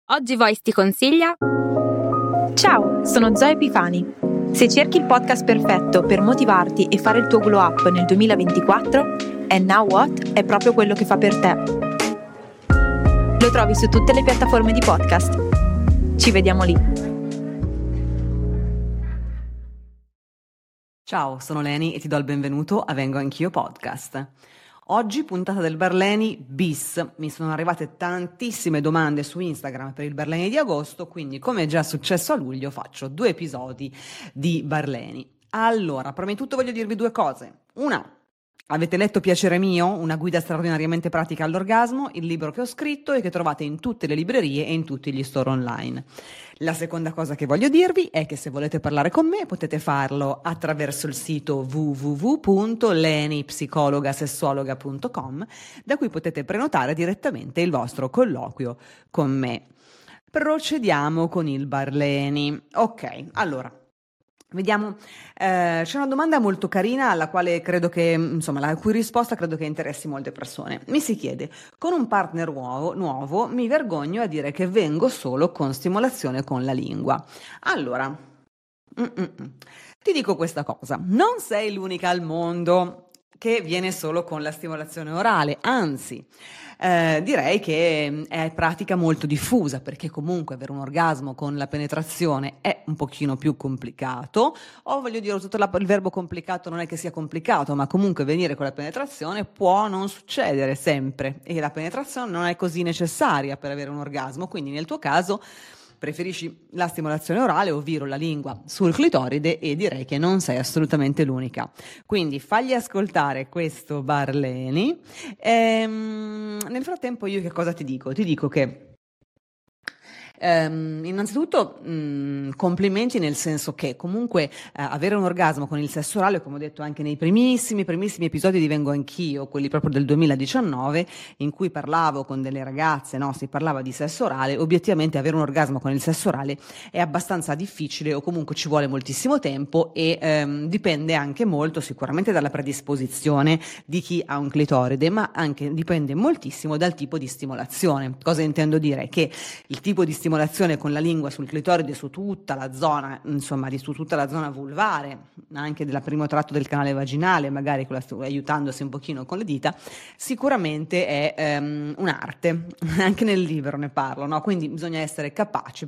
Oggi Voice ti consiglia. Ciao, sono Zoe Epifani. Se cerchi il podcast perfetto per motivarti e fare il tuo glow up nel 2024, And Now What è proprio quello che fa per te. Lo trovi su tutte le piattaforme di podcast. Ci vediamo lì. Ciao, sono Leni e ti do il benvenuto a Vengo Anch'io Podcast. Oggi puntata del Barleni bis. Mi sono arrivate tantissime domande su Instagram per il Barleni di agosto, quindi come è già successo a luglio faccio 2 episodi di Barleni. Allora, prima di tutto voglio dirvi 2 cose. Una, avete letto Piacere mio, una guida straordinariamente pratica all'orgasmo, il libro che ho scritto e che trovate in tutte le librerie e in tutti gli store online. La seconda cosa che voglio dirvi è che se volete parlare con me potete farlo attraverso il sito www.lenipsicologasessuologa.com, da cui potete prenotare direttamente il vostro colloquio con me. Procediamo con il Barleni. Ok, allora. Vediamo, c'è una domanda molto carina alla quale credo che, insomma, la cui risposta credo che interessi molte persone. Mi si chiede, con un partner nuovo mi vergogno a dire che vengo solo con stimolazione con la lingua. Allora, ti dico questa cosa, non sei l'unica al mondo che viene solo con la stimolazione orale, anzi, direi che è pratica molto diffusa, perché comunque avere un orgasmo con la penetrazione è un pochino più complicato, o voglio dire, tutto il verbo complicato non è che sia complicato, ma comunque venire con la penetrazione può non succedere sempre, e la penetrazione non è così necessaria per avere un orgasmo, quindi nel tuo caso preferisci la stimolazione orale, ovvero la lingua sul clitoride, e direi che non sei assolutamente l'unica. Quindi fagli ascoltare questo Barleni. Nel frattempo io che cosa ti dico? Ti dico che innanzitutto complimenti, nel senso che comunque avere un orgasmo con il sesso orale, come ho detto anche nei primissimi episodi di Vengo Anch'io, quelli proprio del 2019, in cui parlavo con delle ragazze, no, si parlava di sesso orale, obiettivamente avere un orgasmo con il sesso orale è abbastanza difficile, o comunque ci vuole moltissimo tempo, e dipende anche molto sicuramente dalla predisposizione di chi ha un clitoride, ma anche dipende moltissimo dal tipo di stimolazione. Cosa intendo dire? Che il tipo di stimolazione con la lingua sul clitoride, su tutta la zona, insomma, su tutta la zona vulvare, anche del primo tratto del canale vaginale, magari aiutandosi un pochino con le dita, sicuramente è un'arte. Anche nel libro ne parlo, no? Quindi bisogna essere capaci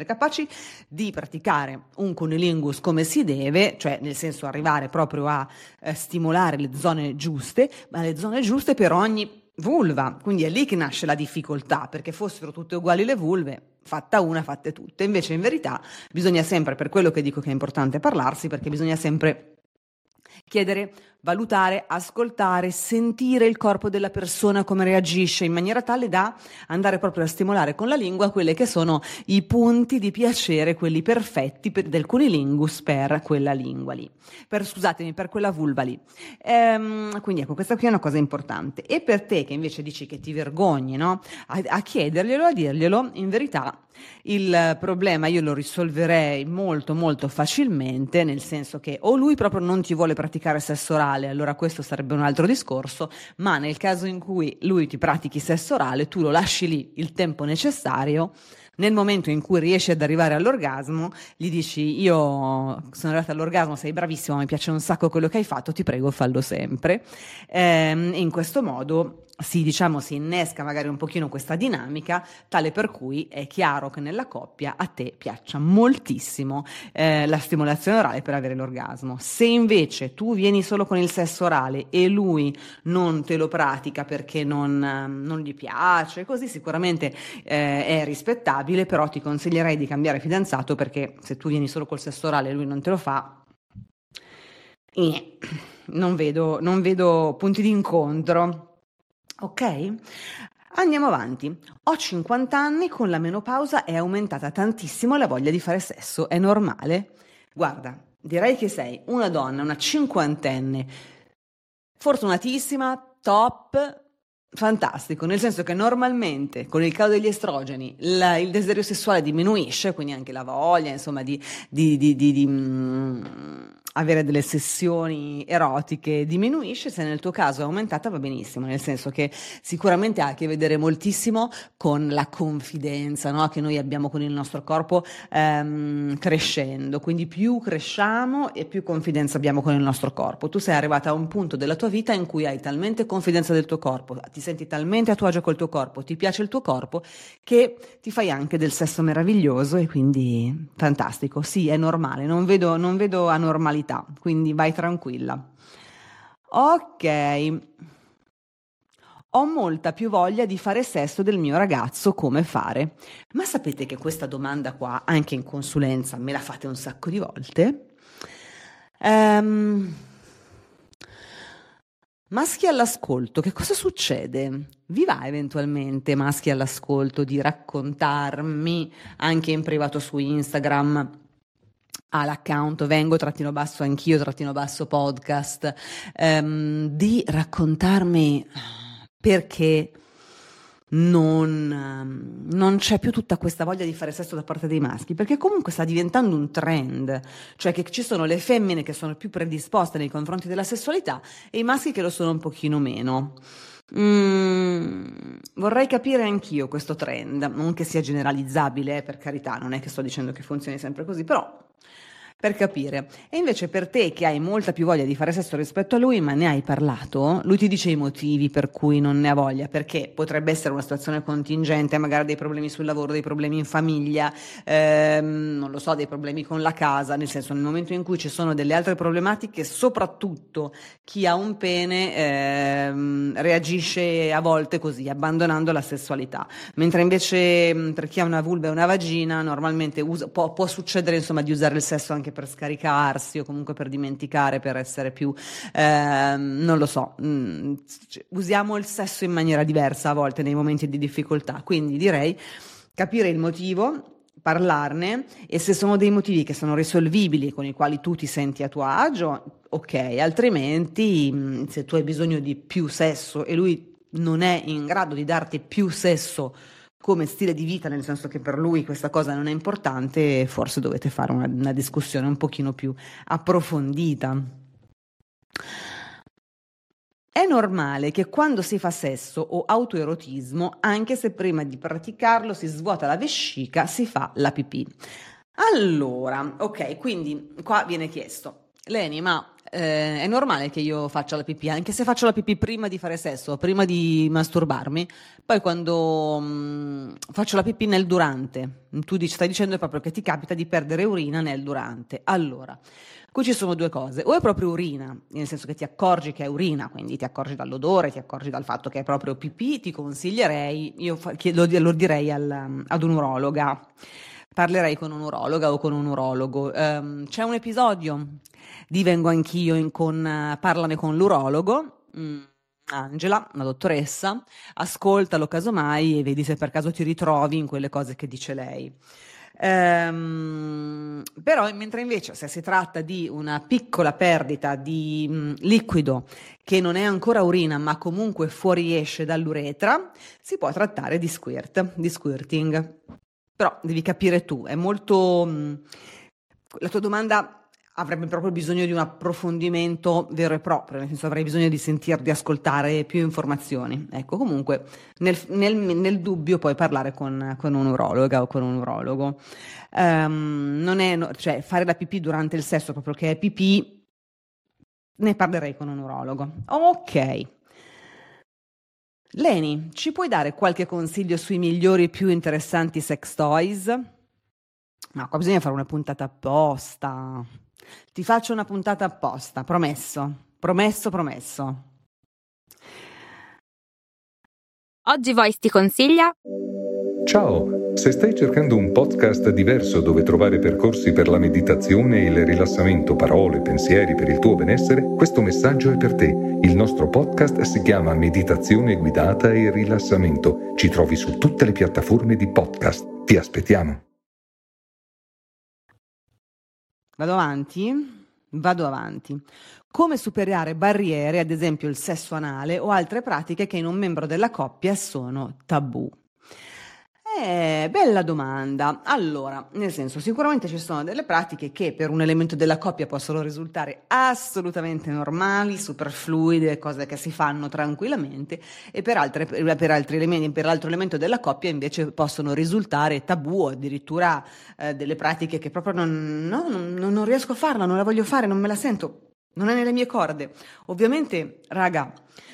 di praticare un cunnilingus come si deve, cioè nel senso arrivare proprio a stimolare le zone giuste, ma le zone giuste per ogni vulva, quindi è lì che nasce la difficoltà, perché fossero tutte uguali le vulve, fatta una, fatte tutte. Invece in verità bisogna sempre, per quello che dico che è importante parlarsi, perché bisogna sempre chiedere, valutare, ascoltare, sentire il corpo della persona come reagisce, in maniera tale da andare proprio a stimolare con la lingua quelli che sono i punti di piacere, quelli perfetti del cunnilingus per quella lingua lì, per quella vulva lì. Quindi ecco, questa qui è una cosa importante. E per te che invece dici che ti vergogni, no, a chiederglielo, a dirglielo, in verità il problema io lo risolverei molto molto facilmente, nel senso che o lui proprio non ti vuole praticare sesso orale, allora questo sarebbe un altro discorso, ma nel caso in cui lui ti pratichi sesso orale, tu lo lasci lì il tempo necessario. Nel momento in cui riesci ad arrivare all'orgasmo, gli dici: io sono arrivata all'orgasmo, sei bravissimo, mi piace un sacco quello che hai fatto, ti prego fallo sempre. In questo modo si innesca magari un pochino questa dinamica, tale per cui è chiaro che nella coppia a te piaccia moltissimo la stimolazione orale per avere l'orgasmo. Se invece tu vieni solo con il sesso orale e lui non te lo pratica perché non gli piace, così sicuramente è rispettabile, però ti consiglierei di cambiare fidanzato, perché se tu vieni solo col sesso orale e lui non te lo fa, non vedo punti di incontro. Ok? Andiamo avanti. Ho 50 anni, con la menopausa è aumentata tantissimo la voglia di fare sesso, è normale? Guarda, direi che sei una donna, una cinquantenne, fortunatissima, top, fantastico, nel senso che normalmente con il calo degli estrogeni il desiderio sessuale diminuisce, quindi anche la voglia, insomma, di avere delle sessioni erotiche diminuisce. Se nel tuo caso è aumentata va benissimo, nel senso che sicuramente ha a che vedere moltissimo con la confidenza, no? Che noi abbiamo con il nostro corpo crescendo, quindi più cresciamo e più confidenza abbiamo con il nostro corpo. Tu sei arrivata a un punto della tua vita in cui hai talmente confidenza del tuo corpo, ti senti talmente a tuo agio col tuo corpo, ti piace il tuo corpo, che ti fai anche del sesso meraviglioso, e quindi fantastico. Sì, è normale, non vedo anormalità, quindi vai tranquilla. Ok. Ho molta più voglia di fare sesso del mio ragazzo, come fare? Ma sapete che questa domanda qua, anche in consulenza, me la fate un sacco di volte? Maschi all'ascolto, che cosa succede? Vi va eventualmente, maschi all'ascolto, di raccontarmi anche in privato su Instagram, all'account vengo_anch'io_podcast, di raccontarmi perché non c'è più tutta questa voglia di fare sesso da parte dei maschi, perché comunque sta diventando un trend, cioè che ci sono le femmine che sono più predisposte nei confronti della sessualità e i maschi che lo sono un pochino meno. Vorrei capire anch'io questo trend, non che sia generalizzabile, per carità, non è che sto dicendo che funzioni sempre così, però per capire. E invece per te, che hai molta più voglia di fare sesso rispetto a lui, ma ne hai parlato, lui ti dice i motivi per cui non ne ha voglia, perché potrebbe essere una situazione contingente, magari dei problemi sul lavoro, dei problemi in famiglia, non lo so, dei problemi con la casa, nel senso, nel momento in cui ci sono delle altre problematiche, soprattutto chi ha un pene reagisce a volte così, abbandonando la sessualità, mentre invece per chi ha una vulva e una vagina normalmente può succedere, insomma, di usare il sesso anche per scaricarsi o comunque per dimenticare, per essere più non lo so, usiamo il sesso in maniera diversa a volte nei momenti di difficoltà, quindi direi capire il motivo, parlarne, e se sono dei motivi che sono risolvibili, con i quali tu ti senti a tuo agio, ok, altrimenti se tu hai bisogno di più sesso e lui non è in grado di darti più sesso come stile di vita, nel senso che per lui questa cosa non è importante, forse dovete fare una discussione un pochino più approfondita. È normale che quando si fa sesso o autoerotismo, anche se prima di praticarlo si svuota la vescica, si fa la pipì. Allora, ok, quindi qua viene chiesto, Leni, ma è normale che io faccia la pipì, anche se faccio la pipì prima di fare sesso, prima di masturbarmi, poi quando faccio la pipì nel durante, tu stai dicendo proprio che ti capita di perdere urina nel durante. Allora, qui ci sono due cose: o è proprio urina, nel senso che ti accorgi che è urina, quindi ti accorgi dall'odore, ti accorgi dal fatto che è proprio pipì, ti consiglierei, lo direi ad un'urologa. Parlerei con un'urologa o con un urologo. C'è un episodio di Vengo Anch'io con Parlane con l'urologo, Angela, una dottoressa, ascoltalo casomai e vedi se per caso ti ritrovi in quelle cose che dice lei. Però mentre invece se si tratta di una piccola perdita di liquido che non è ancora urina ma comunque fuoriesce dall'uretra, si può trattare di squirting. Però devi capire tu, è molto la tua domanda avrebbe proprio bisogno di un approfondimento vero e proprio, nel senso avrei bisogno di ascoltare più informazioni. Ecco, comunque nel dubbio puoi parlare con un'urologa o con un urologo. Cioè fare la pipì durante il sesso proprio che è pipì, ne parlerei con un urologo. Ok. Leni, ci puoi dare qualche consiglio sui migliori e più interessanti sex toys? Ma qua bisogna fare una puntata apposta. Ti faccio una puntata apposta, promesso. Oggi Voice ti consiglia. Ciao, se stai cercando un podcast diverso dove trovare percorsi per la meditazione e il rilassamento, parole, pensieri per il tuo benessere, questo messaggio è per te. Il nostro podcast si chiama Meditazione guidata e rilassamento. Ci trovi su tutte le piattaforme di podcast. Ti aspettiamo. Vado avanti? Vado avanti. Come superare barriere, ad esempio il sesso anale o altre pratiche che in un membro della coppia sono tabù? Bella domanda. Allora, nel senso, sicuramente ci sono delle pratiche che per un elemento della coppia possono risultare assolutamente normali, superfluide, cose che si fanno tranquillamente, e per altri elementi, per l'altro elemento della coppia invece possono risultare tabù o addirittura delle pratiche che proprio non riesco a farla, non la voglio fare, non me la sento, non è nelle mie corde. Ovviamente, raga,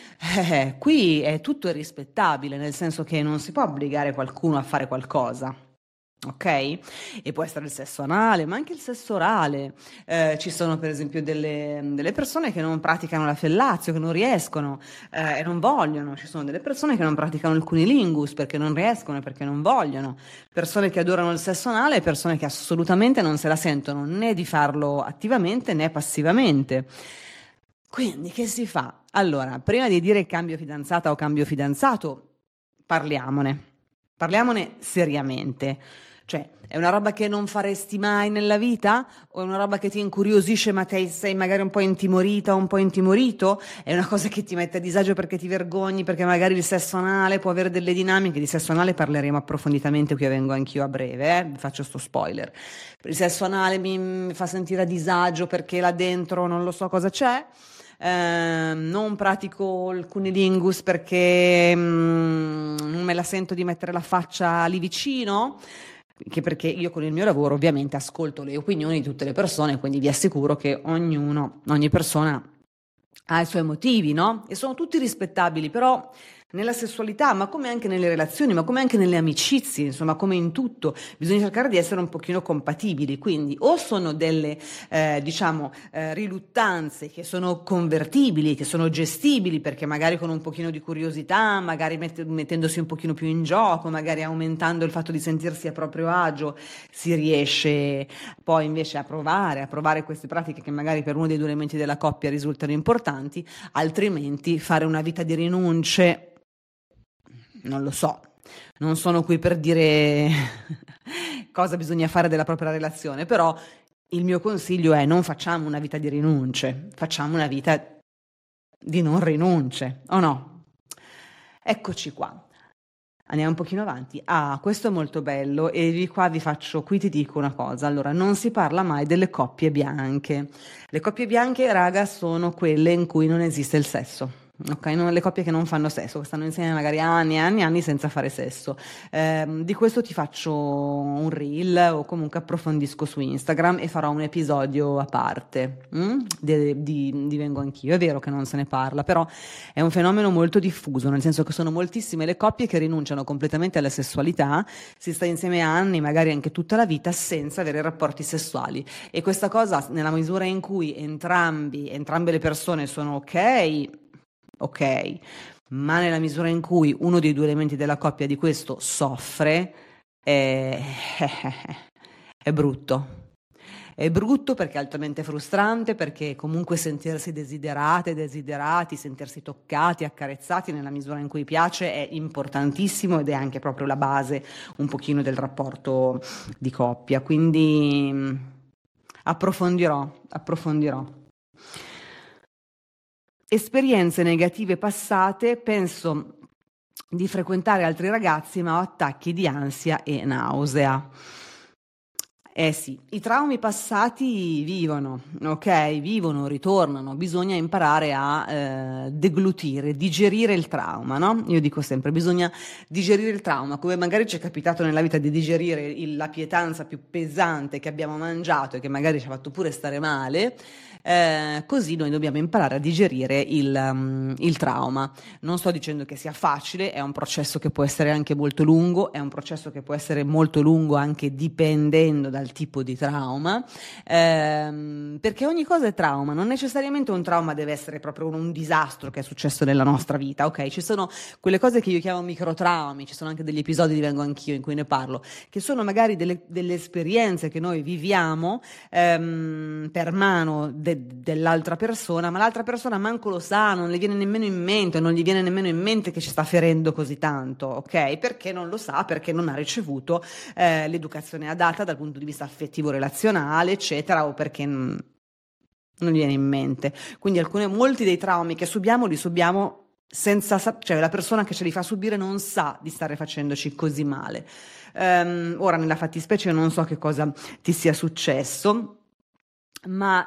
qui è tutto irrispettabile, nel senso che non si può obbligare qualcuno a fare qualcosa, ok? E può essere il sesso anale, ma anche il sesso orale. Ci sono per esempio delle persone che non praticano la fellazio, che non riescono e non vogliono. Ci sono delle persone che non praticano il cunilingus perché non riescono e perché non vogliono. Persone che adorano il sesso anale e persone che assolutamente non se la sentono né di farlo attivamente né passivamente. Quindi che si fa? Allora, prima di dire cambio fidanzata o cambio fidanzato, parliamone seriamente. Cioè, è una roba che non faresti mai nella vita? O è una roba che ti incuriosisce ma te sei magari un po' intimorita o un po' intimorito? È una cosa che ti mette a disagio perché ti vergogni, perché magari il sesso anale può avere delle dinamiche? Di sesso anale parleremo approfonditamente, qui vengo anch'io a breve, vi faccio sto spoiler. Il sesso anale mi fa sentire a disagio perché là dentro non lo so cosa c'è. Non pratico il cunilingus perché non me la sento di mettere la faccia lì vicino, che perché io con il mio lavoro ovviamente ascolto le opinioni di tutte le persone, quindi vi assicuro che ogni persona ha i suoi motivi, no? E sono tutti rispettabili, però nella sessualità, ma come anche nelle relazioni, ma come anche nelle amicizie, insomma, come in tutto, bisogna cercare di essere un pochino compatibili. Quindi o sono delle, riluttanze che sono convertibili, che sono gestibili, perché magari con un pochino di curiosità, magari mettendosi un pochino più in gioco, magari aumentando il fatto di sentirsi a proprio agio, si riesce poi invece a provare queste pratiche che magari per uno dei due elementi della coppia risultano importanti, altrimenti fare una vita di rinunce. Non lo so, non sono qui per dire cosa bisogna fare della propria relazione, però il mio consiglio è: non facciamo una vita di rinunce, facciamo una vita di non rinunce, o no? Eccoci qua. Andiamo un pochino avanti. Questo è molto bello e qui ti dico una cosa. Allora, non si parla mai delle coppie bianche. Le coppie bianche, raga, sono quelle in cui non esiste il sesso. Ok, le coppie che non fanno sesso, che stanno insieme magari anni e anni e anni senza fare sesso. Di questo ti faccio un reel o comunque approfondisco su Instagram e farò un episodio a parte di Vengo Anch'io. È vero che non se ne parla, però è un fenomeno molto diffuso, nel senso che sono moltissime le coppie che rinunciano completamente alla sessualità, si sta insieme anni, magari anche tutta la vita, senza avere rapporti sessuali. E questa cosa, nella misura in cui entrambe le persone sono ok, ma nella misura in cui uno dei due elementi della coppia di questo soffre, è brutto. È brutto perché è altamente frustrante, perché comunque sentirsi desiderati, sentirsi toccati, accarezzati nella misura in cui piace è importantissimo ed è anche proprio la base un pochino del rapporto di coppia. Quindi approfondirò. Esperienze negative passate, penso di frequentare altri ragazzi ma ho attacchi di ansia e nausea. Sì, i traumi passati vivono, ritornano, bisogna imparare a deglutire, digerire il trauma, no? Io dico sempre, bisogna digerire il trauma, come magari ci è capitato nella vita di digerire la pietanza più pesante che abbiamo mangiato e che magari ci ha fatto pure stare male. Così noi dobbiamo imparare a digerire il trauma. Non sto dicendo che sia facile, è un processo che può essere anche molto lungo, è un processo che può essere molto lungo anche dipendendo dal tipo di trauma, perché ogni cosa è trauma, non necessariamente un trauma deve essere proprio un disastro che è successo nella nostra vita, ok? Ci sono quelle cose che io chiamo microtraumi, ci sono anche degli episodi di Vengo Anch'io in cui ne parlo, che sono magari delle esperienze che noi viviamo per mano dell'altra persona, ma l'altra persona manco lo sa, non le viene nemmeno in mente, non gli viene nemmeno in mente che ci sta ferendo così tanto, ok? Perché non lo sa, perché non ha ricevuto l'educazione adatta dal punto di vista affettivo relazionale, eccetera, o perché non non gli viene in mente. Quindi molti dei traumi che subiamo li subiamo senza, cioè la persona che ce li fa subire non sa di stare facendoci così male. Ora nella fattispecie non so che cosa ti sia successo, ma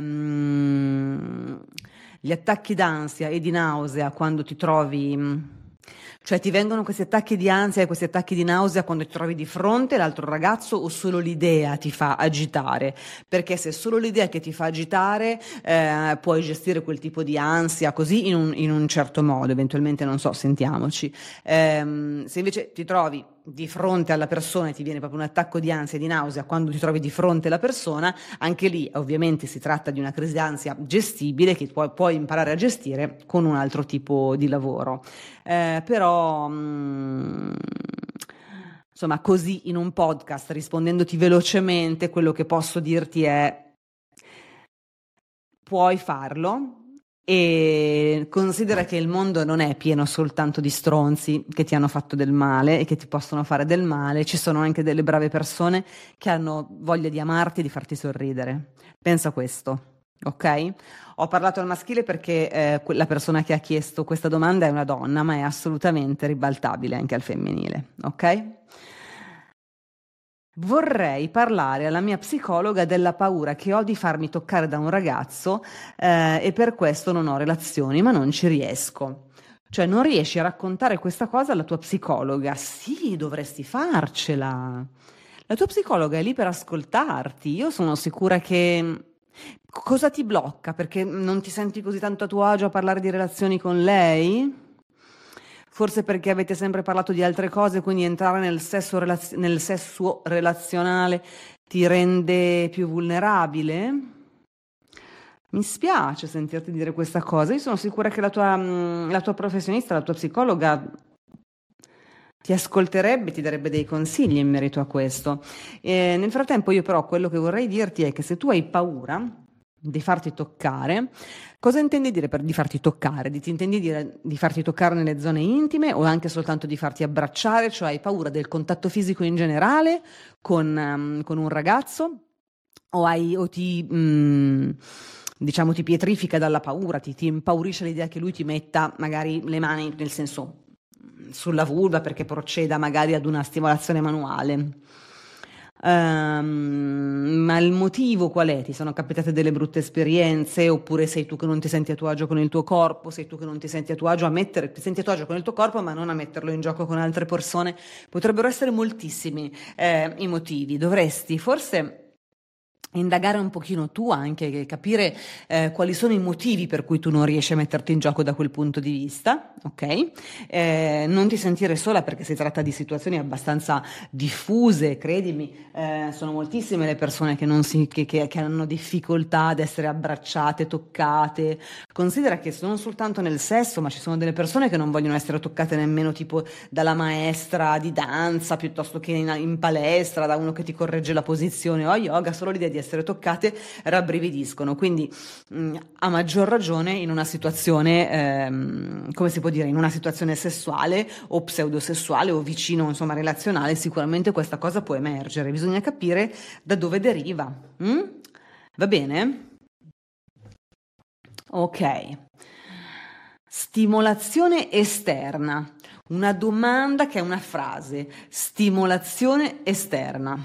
gli attacchi d'ansia e di nausea quando ti trovi, cioè ti vengono questi attacchi di ansia e questi attacchi di nausea quando ti trovi di fronte all'altro ragazzo, o solo l'idea ti fa agitare? Perché se è solo l'idea che ti fa agitare, puoi gestire quel tipo di ansia così in un certo modo, eventualmente, non so, sentiamoci. Se invece ti trovi di fronte alla persona e ti viene proprio un attacco di ansia e di nausea quando ti trovi di fronte alla persona, anche lì ovviamente si tratta di una crisi d'ansia gestibile che puoi imparare a gestire con un altro tipo di lavoro. Però insomma, così in un podcast, rispondendoti velocemente, quello che posso dirti è: puoi farlo. E considera che il mondo non è pieno soltanto di stronzi che ti hanno fatto del male e che ti possono fare del male, ci sono anche delle brave persone che hanno voglia di amarti e di farti sorridere. Pensa a questo, ok? Ho parlato al maschile perché la persona che ha chiesto questa domanda è una donna, ma è assolutamente ribaltabile anche al femminile, ok? Vorrei parlare alla mia psicologa della paura che ho di farmi toccare da un ragazzo e per questo non ho relazioni, ma non ci riesco. Cioè, non riesci a raccontare questa cosa alla tua psicologa? Sì, dovresti farcela. La tua psicologa è lì per ascoltarti. Io sono sicura che... Cosa ti blocca? Perché non ti senti così tanto a tuo agio a parlare di relazioni con lei? Forse perché avete sempre parlato di altre cose, quindi entrare nel sesso relazionale ti rende più vulnerabile? Mi spiace sentirti dire questa cosa. Io sono sicura che la tua professionista, la tua psicologa ti ascolterebbe, ti darebbe dei consigli in merito a questo. Nel frattempo io però quello che vorrei dirti è che se tu hai paura di farti toccare, cosa intendi dire di farti toccare? Ti intendi dire di farti toccare nelle zone intime o anche soltanto di farti abbracciare? Cioè hai paura del contatto fisico in generale con un ragazzo? O ti pietrifica dalla paura, ti impaurisce l'idea che lui ti metta magari le mani, nel senso, sulla vulva perché proceda magari ad una stimolazione manuale? Ma il motivo qual è? Ti sono capitate delle brutte esperienze, oppure sei tu che non ti senti a tuo agio con il tuo corpo, sei tu che non ti senti a tuo agio ti senti a tuo agio con il tuo corpo ma non a metterlo in gioco con altre persone? Potrebbero essere moltissimi i motivi. Dovresti forse indagare un pochino tu anche, capire quali sono i motivi per cui tu non riesci a metterti in gioco da quel punto di vista, ok? Non ti sentire sola perché si tratta di situazioni abbastanza diffuse, credimi, sono moltissime le persone che hanno difficoltà ad essere abbracciate, toccate. Considera che non soltanto nel sesso, ma ci sono delle persone che non vogliono essere toccate nemmeno tipo dalla maestra di danza, piuttosto che in palestra, da uno che ti corregge la posizione o a yoga, solo l'idea di essere toccate rabbrividiscono. Quindi a maggior ragione in una situazione come si può dire, in una situazione sessuale o pseudosessuale o vicino, insomma, relazionale, sicuramente questa cosa può emergere. Bisogna capire da dove deriva. Va bene? Ok. Stimolazione esterna. Una domanda che è una frase. Stimolazione esterna.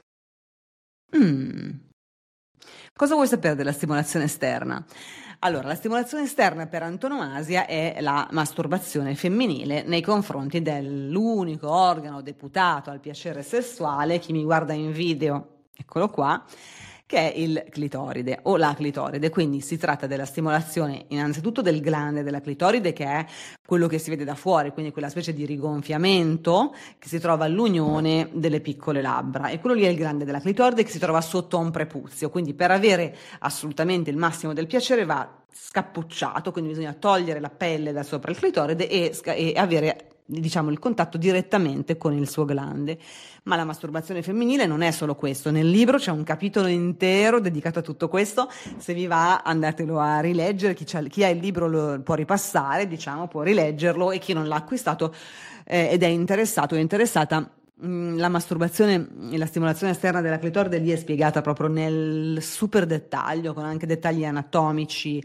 Cosa vuoi sapere della stimolazione esterna? Allora, la stimolazione esterna per antonomasia è la masturbazione femminile nei confronti dell'unico organo deputato al piacere sessuale. Chi mi guarda in video, eccolo qua, che è il clitoride o la clitoride. Quindi si tratta della stimolazione innanzitutto del glande della clitoride, che è quello che si vede da fuori, quindi quella specie di rigonfiamento che si trova all'unione delle piccole labbra, e quello lì è il glande della clitoride che si trova sotto a un prepuzio. Quindi per avere assolutamente il massimo del piacere va scappucciato, quindi bisogna togliere la pelle da sopra il clitoride e avere, diciamo, il contatto direttamente con il suo glande. Ma la masturbazione femminile non è solo questo. Nel libro c'è un capitolo intero dedicato a tutto questo. Se vi va, andatelo a rileggere. Chi ha il libro lo può ripassare, diciamo, può rileggerlo, e chi non l'ha acquistato ed è interessato o interessata la masturbazione e la stimolazione esterna della clitoride lì è spiegata proprio nel super dettaglio, con anche dettagli anatomici,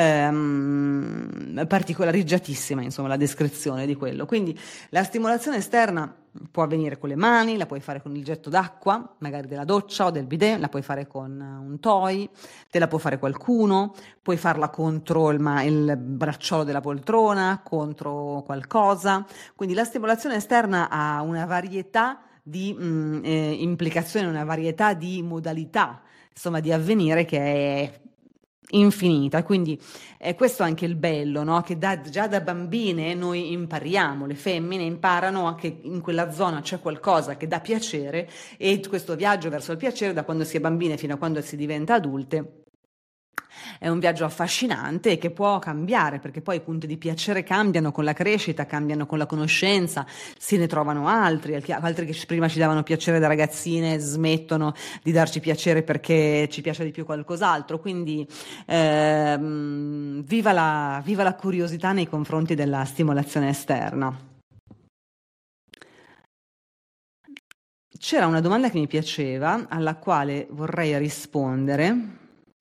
particolareggiatissima, insomma, la descrizione di quello. Quindi la stimolazione esterna può avvenire con le mani, la puoi fare con il getto d'acqua, magari della doccia o del bidet, la puoi fare con un toy, te la può fare qualcuno, puoi farla contro il bracciolo della poltrona, contro qualcosa. Quindi la stimolazione esterna ha una varietà di implicazioni, una varietà di modalità, insomma, di avvenire che è infinita. Quindi questo è anche il bello, no? Che già da bambine noi impariamo, le femmine imparano che in quella zona c'è qualcosa che dà piacere, e questo viaggio verso il piacere, da quando si è bambine fino a quando si diventa adulte, è un viaggio affascinante e che può cambiare, perché poi i punti di piacere cambiano con la crescita, cambiano con la conoscenza, se ne trovano altri che prima ci davano piacere da ragazzine smettono di darci piacere perché ci piace di più qualcos'altro. Quindi viva la curiosità nei confronti della stimolazione esterna. C'era una domanda che mi piaceva, alla quale vorrei rispondere.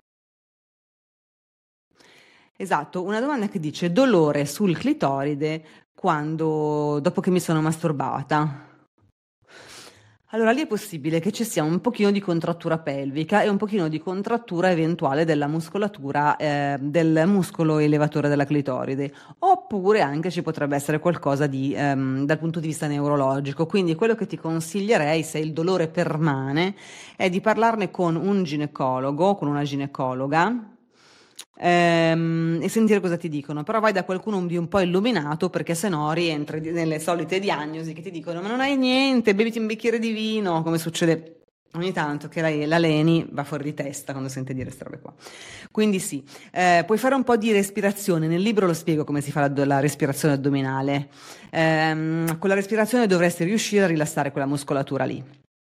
Esatto, una domanda che dice: dolore sul clitoride dopo che mi sono masturbata. Allora, lì è possibile che ci sia un pochino di contrattura pelvica e un pochino di contrattura eventuale della muscolatura del muscolo elevatore della clitoride, oppure anche ci potrebbe essere qualcosa dal punto di vista neurologico. Quindi quello che ti consiglierei, se il dolore permane, è di parlarne con un ginecologo, con una ginecologa, e sentire cosa ti dicono. Però vai da qualcuno di un po' illuminato, perché sennò rientri nelle solite diagnosi che ti dicono: ma non hai niente, beviti un bicchiere di vino, come succede ogni tanto, che la Leni va fuori di testa quando sente dire queste robe qua. Quindi sì, puoi fare un po' di respirazione. Nel libro lo spiego come si fa la respirazione addominale. Con la respirazione dovresti riuscire a rilassare quella muscolatura lì.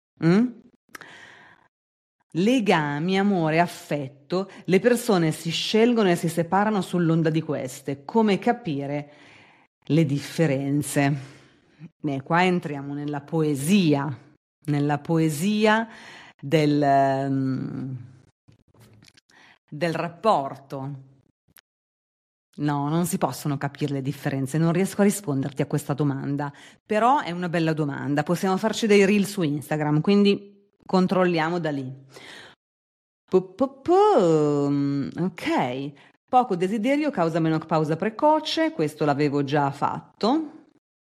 Legami, amore, affetto, le persone si scelgono e si separano sull'onda di queste. Come capire le differenze? Qua entriamo nella poesia del rapporto. No, non si possono capire le differenze, non riesco a risponderti a questa domanda, però è una bella domanda. Possiamo farci dei reel su Instagram, quindi controlliamo da lì. Ok, poco desiderio causa menopausa precoce, questo l'avevo già fatto.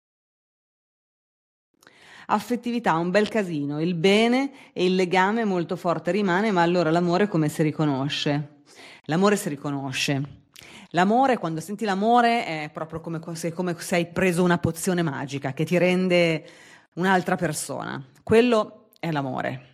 Affettività, un bel casino, il bene e il legame molto forte rimane, ma allora l'amore come si riconosce? L'amore si riconosce. L'amore, quando senti l'amore, è proprio come se hai preso una pozione magica che ti rende un'altra persona. Quello è l'amore.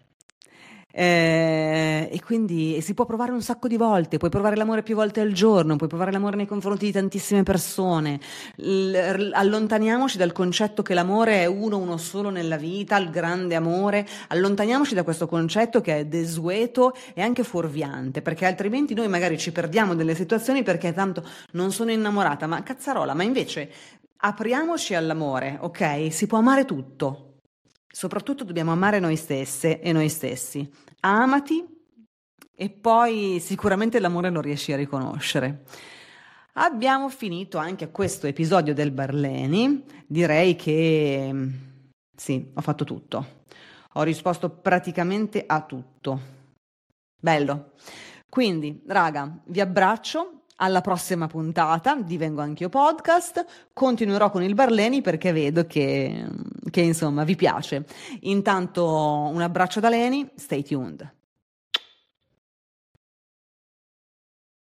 E quindi si può provare un sacco di volte, puoi provare l'amore più volte al giorno, puoi provare l'amore nei confronti di tantissime persone. Allontaniamoci dal concetto che l'amore è uno solo nella vita, il grande amore. Allontaniamoci da questo concetto che è desueto e anche fuorviante, perché altrimenti noi magari ci perdiamo delle situazioni perché tanto non sono innamorata, ma cazzarola, ma invece apriamoci all'amore, ok? Si può amare tutto. Soprattutto dobbiamo amare noi stesse e noi stessi. Amati e poi sicuramente l'amore lo riesci a riconoscere. Abbiamo finito anche questo episodio del Barleni. Direi che sì, ho fatto tutto. Ho risposto praticamente a tutto. Bello. Quindi, raga, vi abbraccio. Alla prossima puntata di Vengo Anch'io Podcast. Continuerò con il Barleni perché vedo che insomma vi piace. Intanto un abbraccio da Leni, stay tuned.